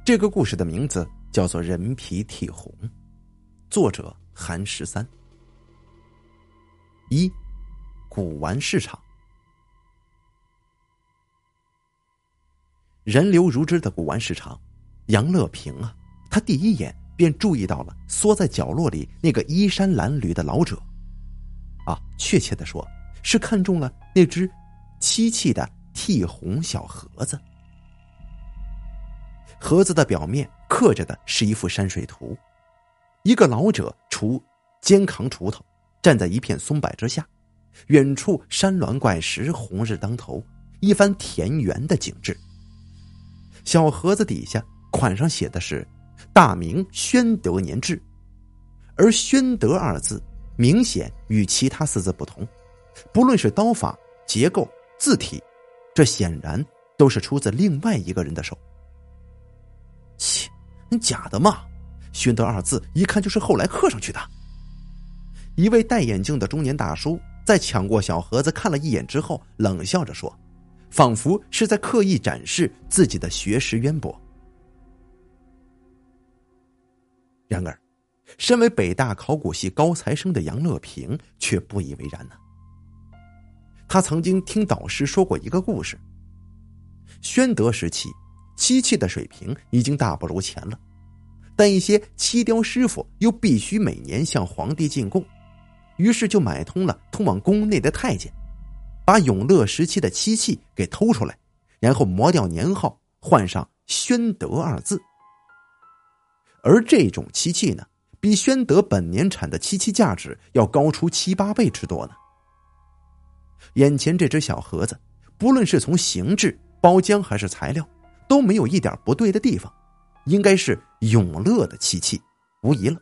这个故事的名字叫做人皮替红，作者韩13。一，古玩市场。人流如织的古玩市场，杨乐平啊，他第一眼便注意到了缩在角落里那个衣衫褴褛的老者。确切地说，是看中了那只漆器的替红小盒子。盒子的表面刻着的是一幅山水图，一个老者肩扛锄头，站在一片松柏之下，远处山峦怪石，红日当头，一番田园的景致。小盒子底下款上写的是大明宣德年制，而宣德二字明显与其他四字不同，不论是刀法、结构、字体，这显然都是出自另外一个人的手。切，假的嘛！宣德二字一看就是后来刻上去的。一位戴眼镜的中年大叔在抢过小盒子看了一眼之后，冷笑着说，仿佛是在刻意展示自己的学识渊博。然而身为北大考古系高材生的杨乐平却不以为然呢。他曾经听导师说过一个故事，宣德时期漆器的水平已经大不如前了，但一些漆雕师傅又必须每年向皇帝进贡，于是就买通了通往宫内的太监，把永乐时期的漆器给偷出来，然后磨掉年号，换上宣德二字。而这种漆器呢，比宣德本年产的漆器价值要高出7、8倍之多呢。眼前这只小盒子，不论是从形制、包浆还是材料，都没有一点不对的地方，应该是永乐的漆器，无疑了。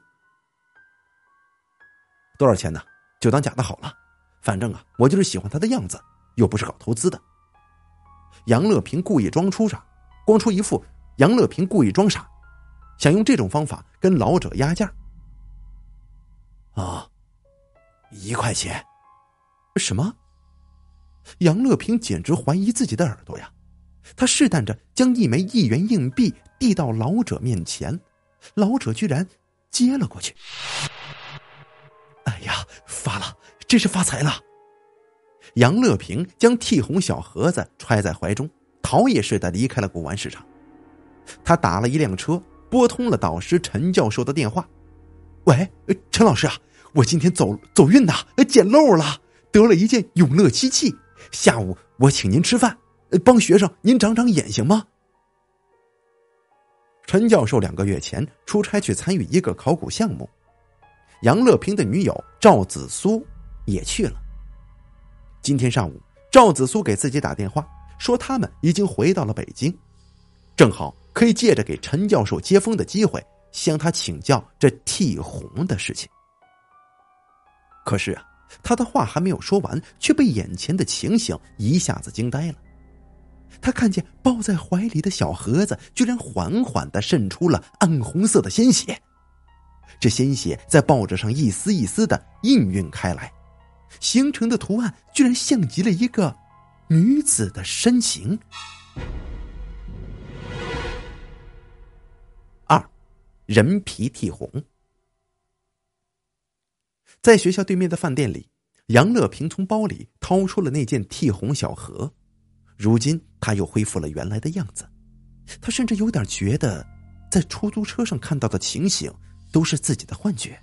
多少钱呢？就当假的好了，反正我就是喜欢它的样子，又不是搞投资的。杨乐平故意装出傻，光出一副杨乐平故意装傻，想用这种方法跟老者压价。1块钱？什么？杨乐平简直怀疑自己的耳朵呀！他试探着将一枚1元硬币递到老者面前，老者居然接了过去。哎呀，发了，真是发财了！杨乐平将替红小盒子揣在怀中，逃也似的离开了古玩市场。他打了一辆车，拨通了导师陈教授的电话。喂，陈老师啊，我今天走运呐，捡漏了，得了一件永乐漆器，下午我请您吃饭，帮学生您长长眼行吗？陈教授2个月前出差去参与一个考古项目，杨乐平的女友赵子苏也去了。今天上午，赵子苏给自己打电话，说他们已经回到了北京，正好可以借着给陈教授接风的机会，向他请教这替红的事情。可是他的话还没有说完，却被眼前的情形一下子惊呆了。他看见抱在怀里的小盒子居然缓缓地渗出了暗红色的鲜血，这鲜血在报纸上一丝一丝地氤氲开来，形成的图案居然像极了一个女子的身形。2，人皮替红。在学校对面的饭店里，杨乐平从包里掏出了那件替红小盒，如今他又恢复了原来的样子。他甚至有点觉得在出租车上看到的情形都是自己的幻觉。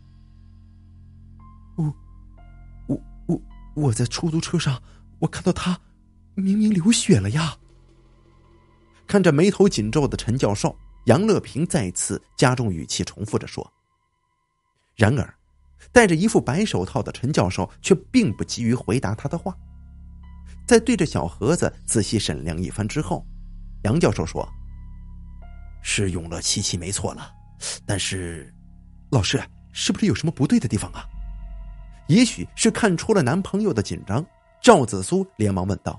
我在出租车上，我看到他明明流血了呀。看着眉头紧皱的陈教授，杨乐平再次加重语气重复着说。然而戴着一副白手套的陈教授却并不急于回答他的话，在对着小盒子仔细审量一番之后，杨教授说，是永乐漆器没错了，但是老师，是不是有什么不对的地方啊？也许是看出了男朋友的紧张，赵子苏连忙问道。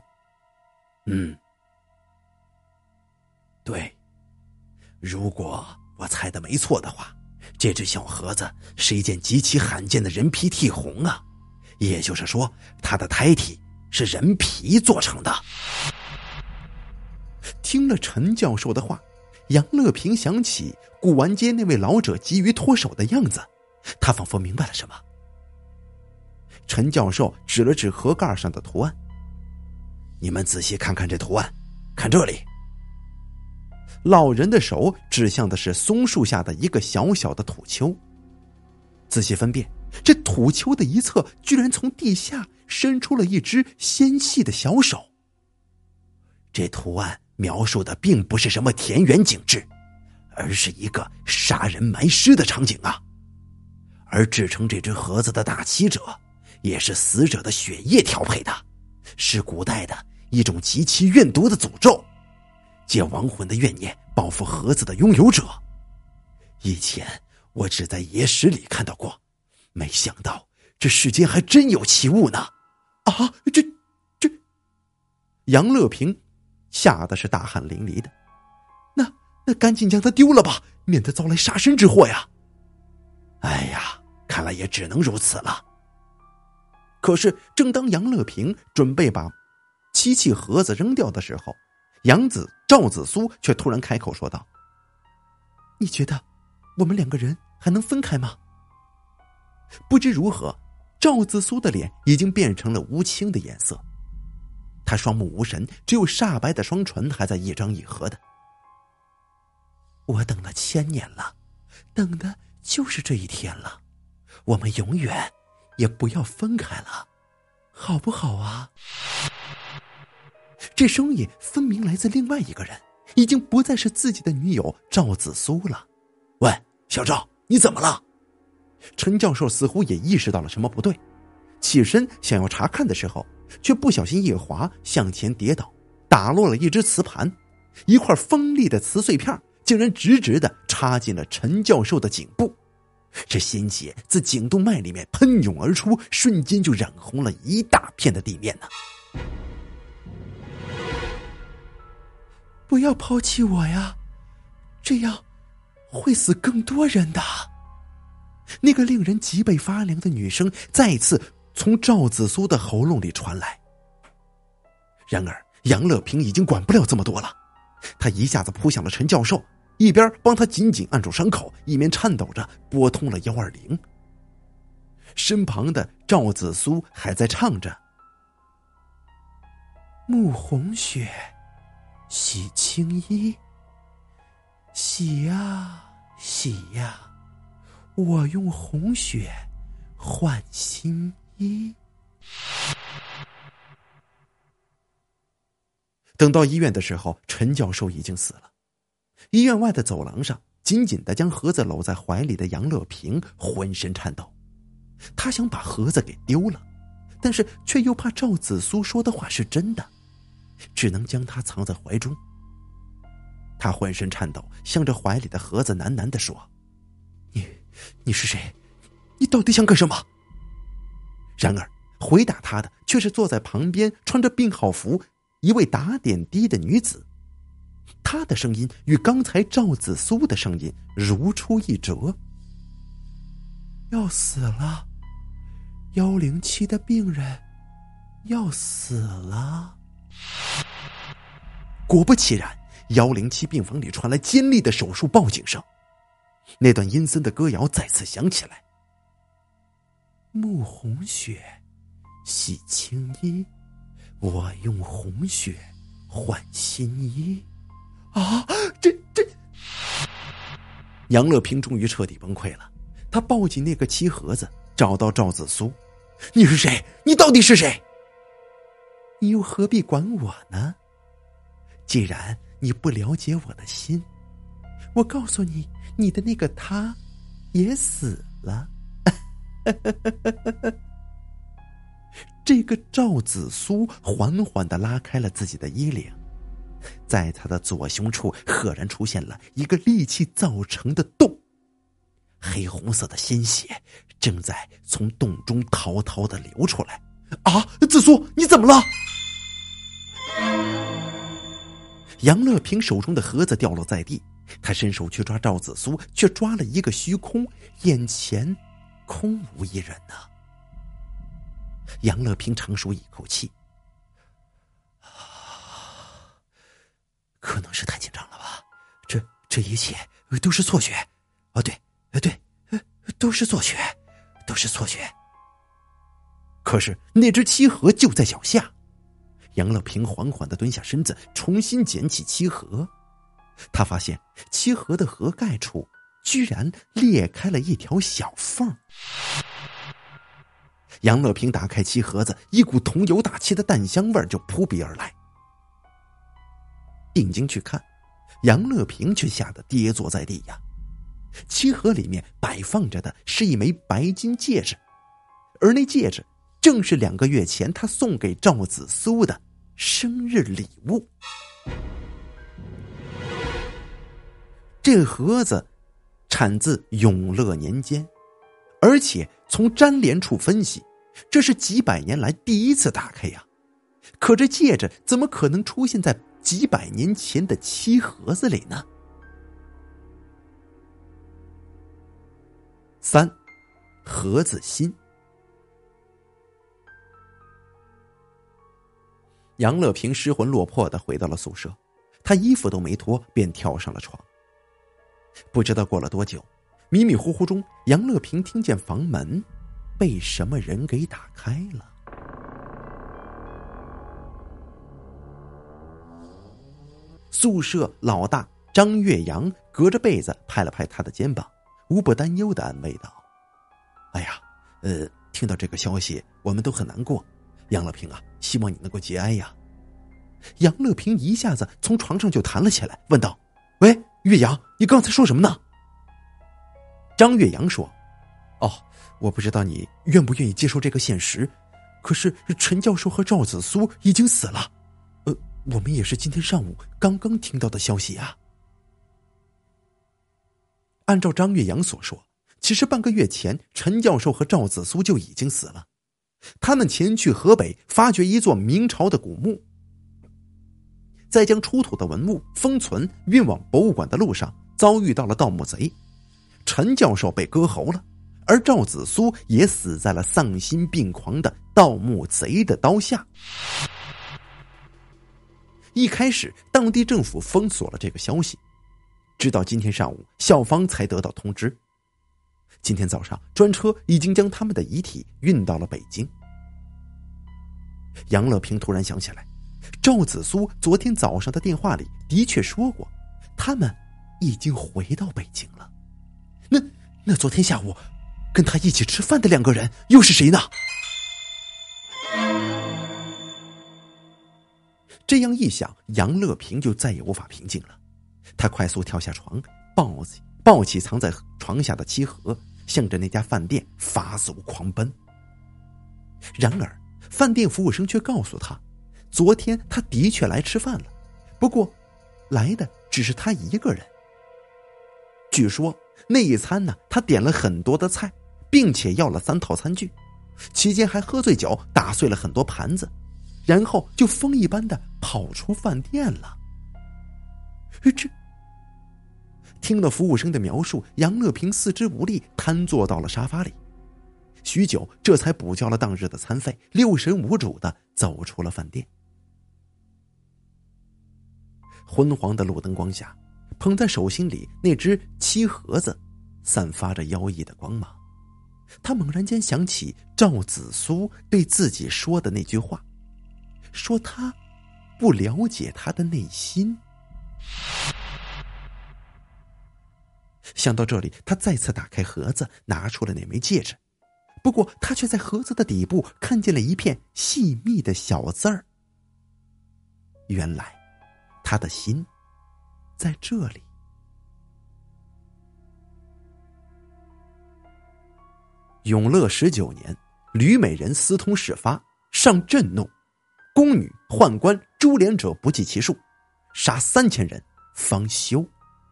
对，如果我猜的没错的话，这只小盒子是一件极其罕见的人皮替红啊，也就是说它的胎体是人皮做成的。听了陈教授的话， 杨乐平想起古玩街那位老者急于脱手的样子，他仿佛明白了什么。陈教授指了指盒盖上的图案：“你们仔细看看这图案，看这里。”老人的手指向的是松树下的一个小小的土丘。仔细分辨，这土丘的一侧居然从地下伸出了一只纤细的小手。这图案描述的并不是什么田园景致，而是一个杀人埋尸的场景啊！而制成这只盒子的大漆者，也是死者的血液调配的，是古代的一种极其怨毒的诅咒，借亡魂的怨念报复盒子的拥有者。以前我只在野史里看到过，没想到这世间还真有奇物呢！啊，这……杨乐平吓得是大汗淋漓的。那赶紧将它丢了吧，免得遭来杀身之祸呀！哎呀，看来也只能如此了。可是正当杨乐平准备把漆器盒子扔掉的时候，赵子苏却突然开口说道：“你觉得我们两个人还能分开吗？”不知如何，赵子苏的脸已经变成了乌青的颜色，他双目无神，只有煞白的双唇还在一张一合的。我等了1000年了，等的就是这一天了，我们永远也不要分开了，好不好啊？这声音分明来自另外一个人，已经不再是自己的女友赵子苏了。喂，小赵，你怎么了？陈教授似乎也意识到了什么不对，起身想要查看的时候，却不小心一滑，向前跌倒，打落了一只瓷盘，一块锋利的瓷碎片竟然直直地插进了陈教授的颈部，这鲜血自颈动脉里面喷涌而出，瞬间就染红了一大片的地面呢。不要抛弃我呀，这样会死更多人的。那个令人脊背发凉的女声再次从赵子苏的喉咙里传来。然而杨乐平已经管不了这么多了，他一下子扑向了陈教授，一边帮他紧紧按住伤口，一面颤抖着拨通了120。身旁的赵子苏还在唱着：沐红雪，洗青衣，洗呀洗呀，我用红血换新衣。等到医院的时候，陈教授已经死了。医院外的走廊上，紧紧地将盒子搂在怀里的杨乐平浑身颤抖，他想把盒子给丢了，但是却又怕赵子苏说的话是真的，只能将它藏在怀中。他浑身颤抖，向着怀里的盒子喃喃地说：你是谁？你到底想干什么？然而回答他的却是坐在旁边穿着病号服一位打点滴的女子，她的声音与刚才赵子苏的声音如出一辙。要死了，107的病人要死了。果不其然，107病房里传来尖利的手术报警声，那段阴森的歌谣再次响起来：沐红雪，洗青衣，我用红血换新衣。啊，这……杨乐平终于彻底崩溃了，他抱紧那个漆盒子，找到赵子苏：你是谁？你到底是谁？你又何必管我呢？既然你不了解我的心，我告诉你，你的那个他也死了。这个赵子苏缓缓地拉开了自己的衣领，在他的左胸处赫然出现了一个利器造成的洞，黑红色的鲜血正在从洞中滔滔地流出来。啊，子苏，你怎么了？杨乐平手中的盒子掉落在地，他伸手去抓赵子苏，却抓了一个虚空，眼前空无一人呢。杨乐平长舒一口气，可能是太紧张了吧， 这一切都是错觉。对，都是错觉，都是错觉。可是那只漆盒就在脚下。杨乐平缓缓地蹲下身子，重新捡起漆盒。他发现漆盒的盒盖处居然裂开了一条小缝。杨乐平打开漆盒子，一股桐油大气的淡香味就扑鼻而来。定睛去看，杨乐平却吓得跌坐在地呀。漆盒里面摆放着的是一枚白金戒指，而那戒指正是2个月前他送给赵子苏的生日礼物。这个盒子产自永乐年间，而且从粘连处分析，这是几百年来第一次打开呀。可这戒指怎么可能出现在几百年前的漆盒子里呢？3. 盒子心。杨乐平失魂落魄地回到了宿舍，他衣服都没脱便跳上了床。不知道过了多久，迷迷糊糊中，杨乐平听见房门被什么人给打开了。宿舍老大张岳阳隔着被子拍了拍他的肩膀，无不担忧地安慰道：哎呀，听到这个消息我们都很难过，杨乐平啊，希望你能够节哀呀。杨乐平一下子从床上就弹了起来，问道：喂，岳阳，你刚才说什么呢？张岳阳说：我不知道你愿不愿意接受这个现实，可是陈教授和赵子苏已经死了，我们也是今天上午刚刚听到的消息啊。按照张岳阳所说，其实半个月前陈教授和赵子苏就已经死了，他们前去河北发掘一座明朝的古墓，在将出土的文物封存运往博物馆的路上遭遇到了盗墓贼，陈教授被割喉了，而赵子苏也死在了丧心病狂的盗墓贼的刀下。一开始当地政府封锁了这个消息，直到今天上午校方才得到通知。今天早上专车已经将他们的遗体运到了北京。杨乐平突然想起来，赵子苏昨天早上的电话里的确说过，他们已经回到北京了。那昨天下午跟他一起吃饭的2个人又是谁呢？这样一想，杨乐平就再也无法平静了。他快速跳下床，抱起藏在床下的漆盒，向着那家饭店发速狂奔。然而饭店服务生却告诉他，昨天他的确来吃饭了，不过来的只是他一个人。据说那一餐呢，他点了很多的菜，并且要了3套餐具，期间还喝醉酒打碎了很多盘子，然后就风一般的跑出饭店了。听了服务生的描述，杨乐平四肢无力瘫坐到了沙发里，许久这才补交了当日的餐费，六神无主的走出了饭店。昏黄的路灯光下，捧在手心里那只漆盒子散发着妖异的光芒。他猛然间想起赵子苏对自己说的那句话，说他不了解他的内心。想到这里，他再次打开盒子，拿出了那枚戒指。不过他却在盒子的底部看见了一片细密的小字儿。原来他的心在这里。永乐19年，吕美人私通事发，上震怒，宫女宦官株连者不计其数，杀3000人方休。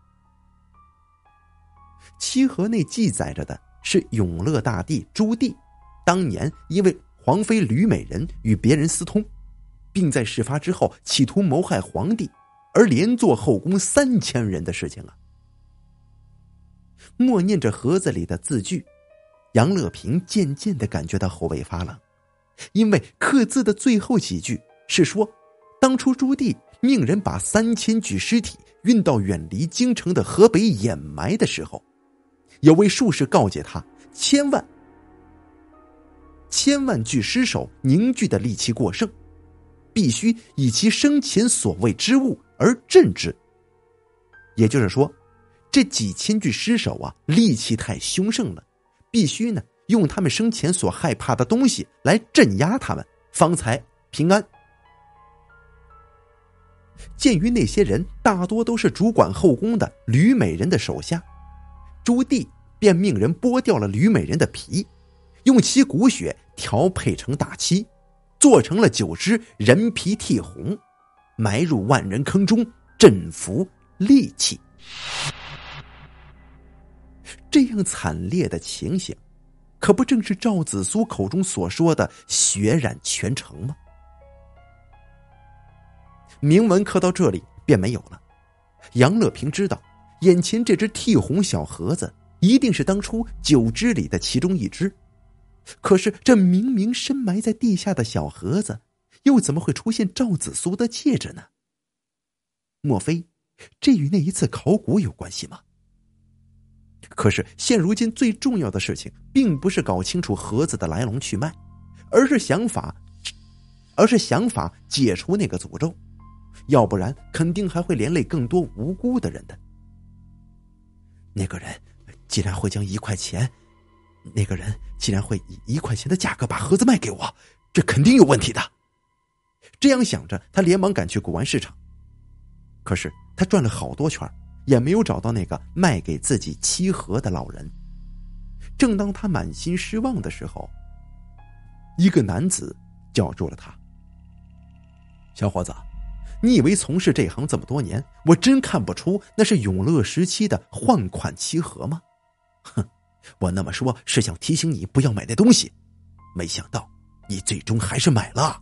漆盒内记载着的是永乐大帝朱棣当年因为皇妃吕美人与别人私通，并在事发之后企图谋害皇帝，而连坐后宫3000人的事情啊。默念着盒子里的字句，杨乐平渐渐地感觉到后背发冷，因为刻字的最后几句是说，当初朱棣命人把3000具尸体运到远离京城的河北掩埋的时候，有位术士告诫他，千万具尸首凝聚的戾气过盛，必须以其生前所谓之物而镇之。也就是说，这几千具尸首啊，戾气太凶盛了，必须呢用他们生前所害怕的东西来镇压他们，方才平安。鉴于那些人大多都是主管后宫的吕美人的手下，朱棣便命人剥掉了吕美人的皮，用其骨血调配成大漆，做成了9只人皮剔红，埋入万人坑中，镇服戾气。这样惨烈的情形，可不正是赵子苏口中所说的血染全城吗？铭文刻到这里便没有了。杨乐平知道，眼前这只剔红小盒子一定是当初9只里的其中一只，可是这明明深埋在地下的小盒子，又怎么会出现赵子苏的戒指呢？莫非这与那一次考古有关系吗？可是现如今最重要的事情并不是搞清楚盒子的来龙去脉，而是想法解除那个诅咒，要不然肯定还会连累更多无辜的人的。那个人既然会1块钱的价格把盒子卖给我，这肯定有问题的。这样想着，他连忙赶去古玩市场。可是他转了好多圈，也没有找到那个卖给自己漆盒的老人。正当他满心失望的时候，一个男子叫住了他。小伙子，你以为从事这行这么多年，我真看不出那是永乐时期的换款漆盒吗？哼，我那么说是想提醒你不要买那东西，没想到你最终还是买了。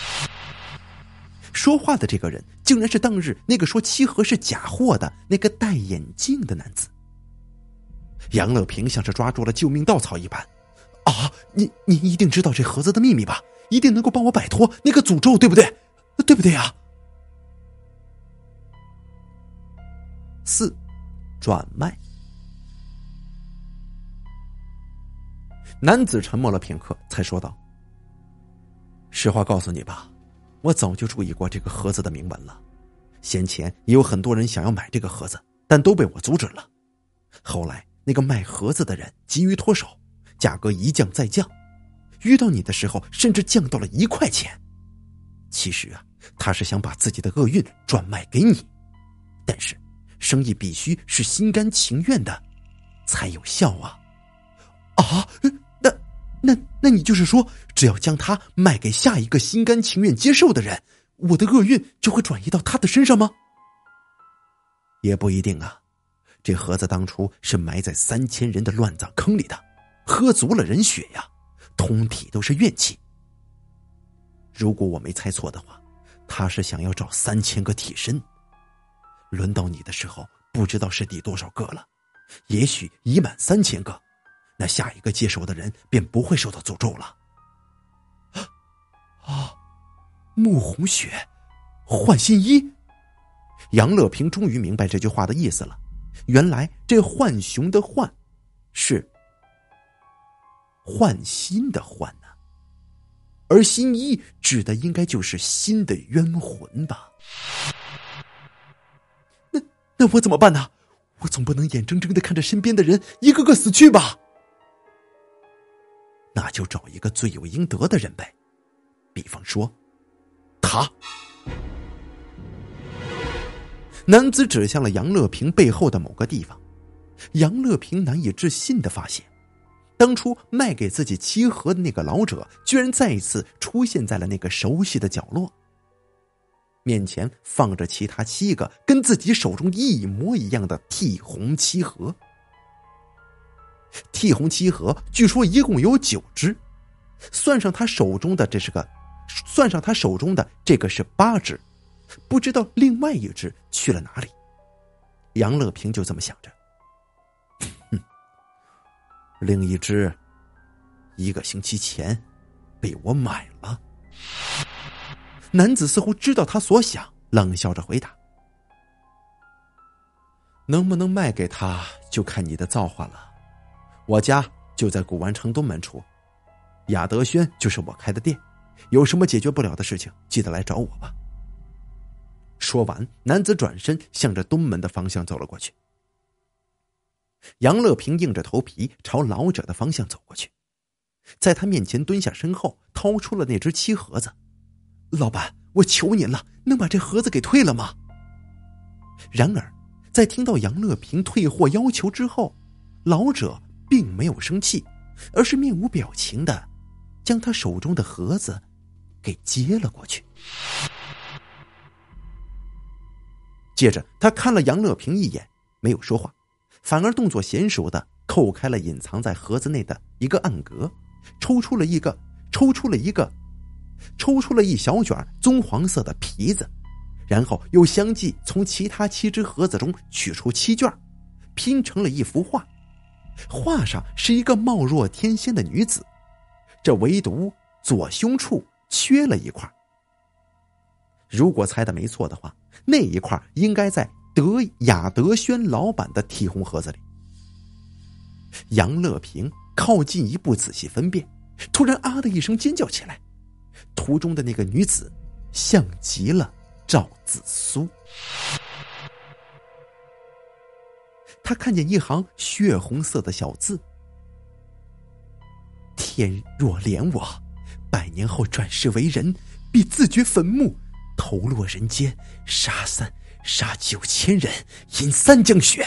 说话的这个人竟然是当日那个说漆盒是假货的那个戴眼镜的男子。杨乐平像是抓住了救命稻草一般。啊，你一定知道这盒子的秘密吧？一定能够帮我摆脱那个诅咒，对不对？对不对啊？4. 转卖。男子沉默了片刻，才说道：实话告诉你吧，我早就注意过这个盒子的铭文了。先前也有很多人想要买这个盒子，但都被我阻止了。后来那个卖盒子的人急于脱手，价格一降再降，遇到你的时候甚至降到了1块钱。其实啊，他是想把自己的厄运转卖给你，但是生意必须是心甘情愿的才有效啊。啊，那你就是说，只要将它卖给下一个心甘情愿接受的人，我的厄运就会转移到他的身上吗？也不一定啊。这盒子当初是埋在3000人的乱葬坑里的，喝足了人血呀，通体都是怨气。如果我没猜错的话，他是想要找3000个替身。轮到你的时候，不知道是第多少个了，也许已满3000个，那下一个接手的人便不会受到诅咒了。啊，穆红雪，换新衣。杨乐平终于明白这句话的意思了，原来这浣熊的浣是换新的换呢，而新衣指的应该就是新的冤魂吧。那我怎么办呢？我总不能眼睁睁地看着身边的人一个个死去吧？那就找一个罪有应得的人呗，比方说他。男子指向了杨乐平背后的某个地方。杨乐平难以置信地发现，当初卖给自己漆盒的那个老者居然再一次出现在了那个熟悉的角落，面前放着其他7个跟自己手中一模一样的剔红漆盒。剔红漆盒据说一共有9只，算上他手中的这个是8只，不知道另外1只去了哪里。杨乐平就这么想着，另一只1个星期前被我买了。男子似乎知道他所想，冷笑着回答： 能不能卖给他就看你的造化了。我家就在古玩城东门处，雅德轩就是我开的店，有什么解决不了的事情记得来找我吧。说完，男子转身向着东门的方向走了过去。杨乐平硬着头皮朝老者的方向走过去，在他面前蹲下身后，掏出了那只漆盒子。老板，我求您了，能把这盒子给退了吗？然而在听到杨乐平退货要求之后，老者并没有生气，而是面无表情的将他手中的盒子给接了过去。接着他看了杨乐平一眼，没有说话，反而动作娴熟的扣开了隐藏在盒子内的一个暗格，抽出了一小卷棕黄色的皮子，然后又相继从其他7只盒子中取出7卷，拼成了一幅画。画上是一个貌若天仙的女子，这唯独左胸处缺了一块。如果猜的没错的话，那一块应该在雅德轩老板的体红盒子里。杨乐平靠近一步仔细分辨，突然啊的一声尖叫起来。图中的那个女子像极了赵子苏。他看见一行血红色的小字：天若怜我，100年后转世为人，必自掘坟墓，投落人间，杀9000人，饮3江血。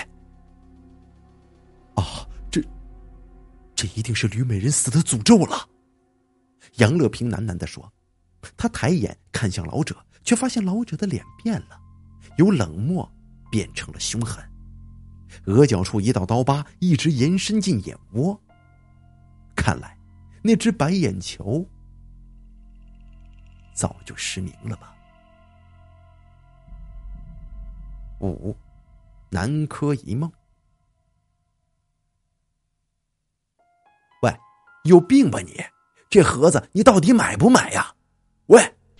啊，这一定是吕美人死的诅咒了。杨乐平喃喃地说。他抬眼看向老者，却发现老者的脸变了，由冷漠变成了凶狠，额角处一道刀疤一直延伸进眼窝。看来那只白眼球早就失明了吧。5. 南柯一梦。喂，有病吧你？这盒子你到底买不买呀？喂！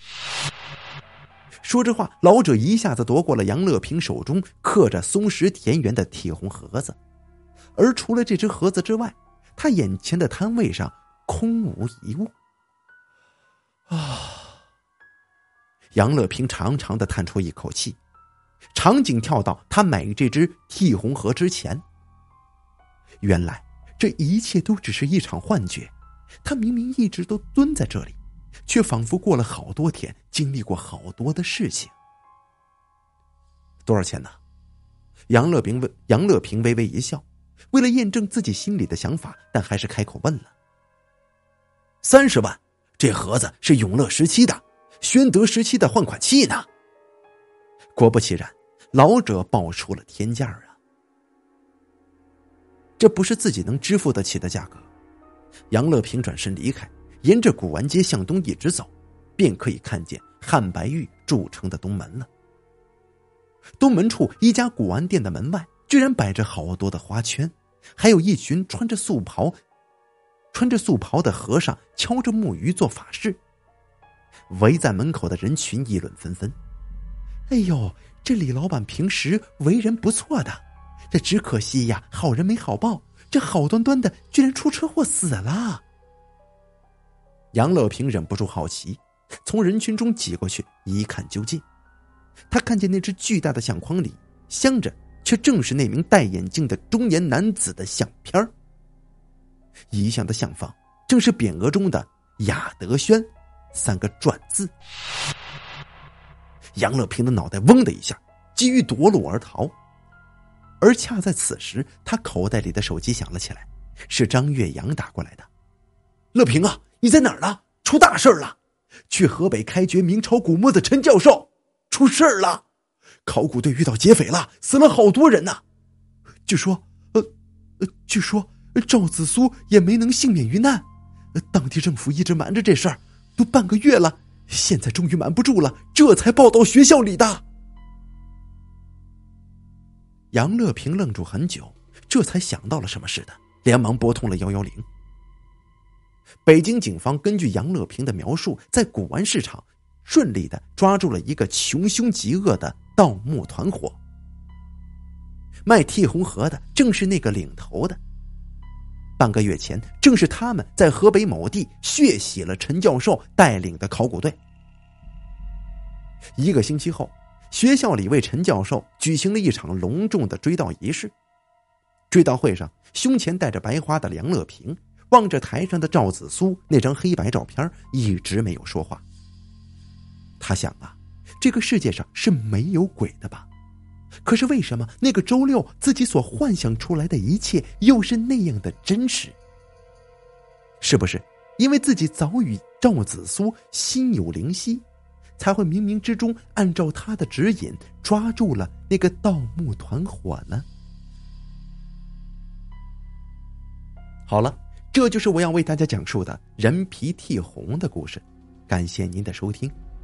说着话，老者一下子夺过了杨乐平手中刻着松石田园的铁红盒子，而除了这只盒子之外，他眼前的摊位上空无一物。杨乐平长长的叹出一口气，场景跳到他买这只替红盒之前。原来这一切都只是一场幻觉，他明明一直都蹲在这里，却仿佛过了好多天，经历过好多的事情。多少钱呢？杨乐平微微一笑，为了验证自己心里的想法，但还是开口问了。30万，这盒子是永乐时期的，宣德时期的换款器呢。果不其然，老者报出了天价啊！这不是自己能支付得起的价格。杨乐平转身离开，沿着古玩街向东一直走，便可以看见汉白玉铸成的东门了。东门处一家古玩店的门外居然摆着好多的花圈，还有一群穿着素袍的和尚敲着木鱼做法事。围在门口的人群议论纷纷。哎呦，这李老板平时为人不错的，这只可惜呀，好人没好报，这好端端的居然出车祸死了。杨乐平忍不住好奇，从人群中挤过去一看究竟。他看见那只巨大的相框里镶着却正是那名戴眼镜的中年男子的相片，遗像的相方正是匾额中的雅德轩3个篆字。杨乐平的脑袋嗡的一下，急于夺路而逃。而恰在此时，他口袋里的手机响了起来，是张岳阳打过来的。乐平啊，你在哪儿呢？出大事了！去河北开掘明朝古墓的陈教授出事了，考古队遇到劫匪了，死了好多人呢。据说赵子苏也没能幸免于难，当地政府一直瞒着这事儿，都半个月了，现在终于瞒不住了，这才报到学校里的。杨乐平愣住很久，这才想到了什么似的，连忙拨通了110。北京警方根据杨乐平的描述，在古玩市场顺利地抓住了一个穷凶极恶的盗墓团伙。 卖替红盒的正是那个领头的。半个月前，正是他们在河北某地血洗了陈教授带领的考古队。1个星期后，学校里为陈教授举行了一场隆重的追悼仪式。追悼会上，胸前戴着白花的梁乐平望着台上的赵子苏那张黑白照片，一直没有说话。他想啊，这个世界上是没有鬼的吧？可是为什么那个周六自己所幻想出来的一切又是那样的真实？是不是因为自己早与赵子苏心有灵犀，才会冥冥之中按照他的指引抓住了那个盗墓团伙呢？好了，这就是我要为大家讲述的人皮替红的故事。感谢您的收听。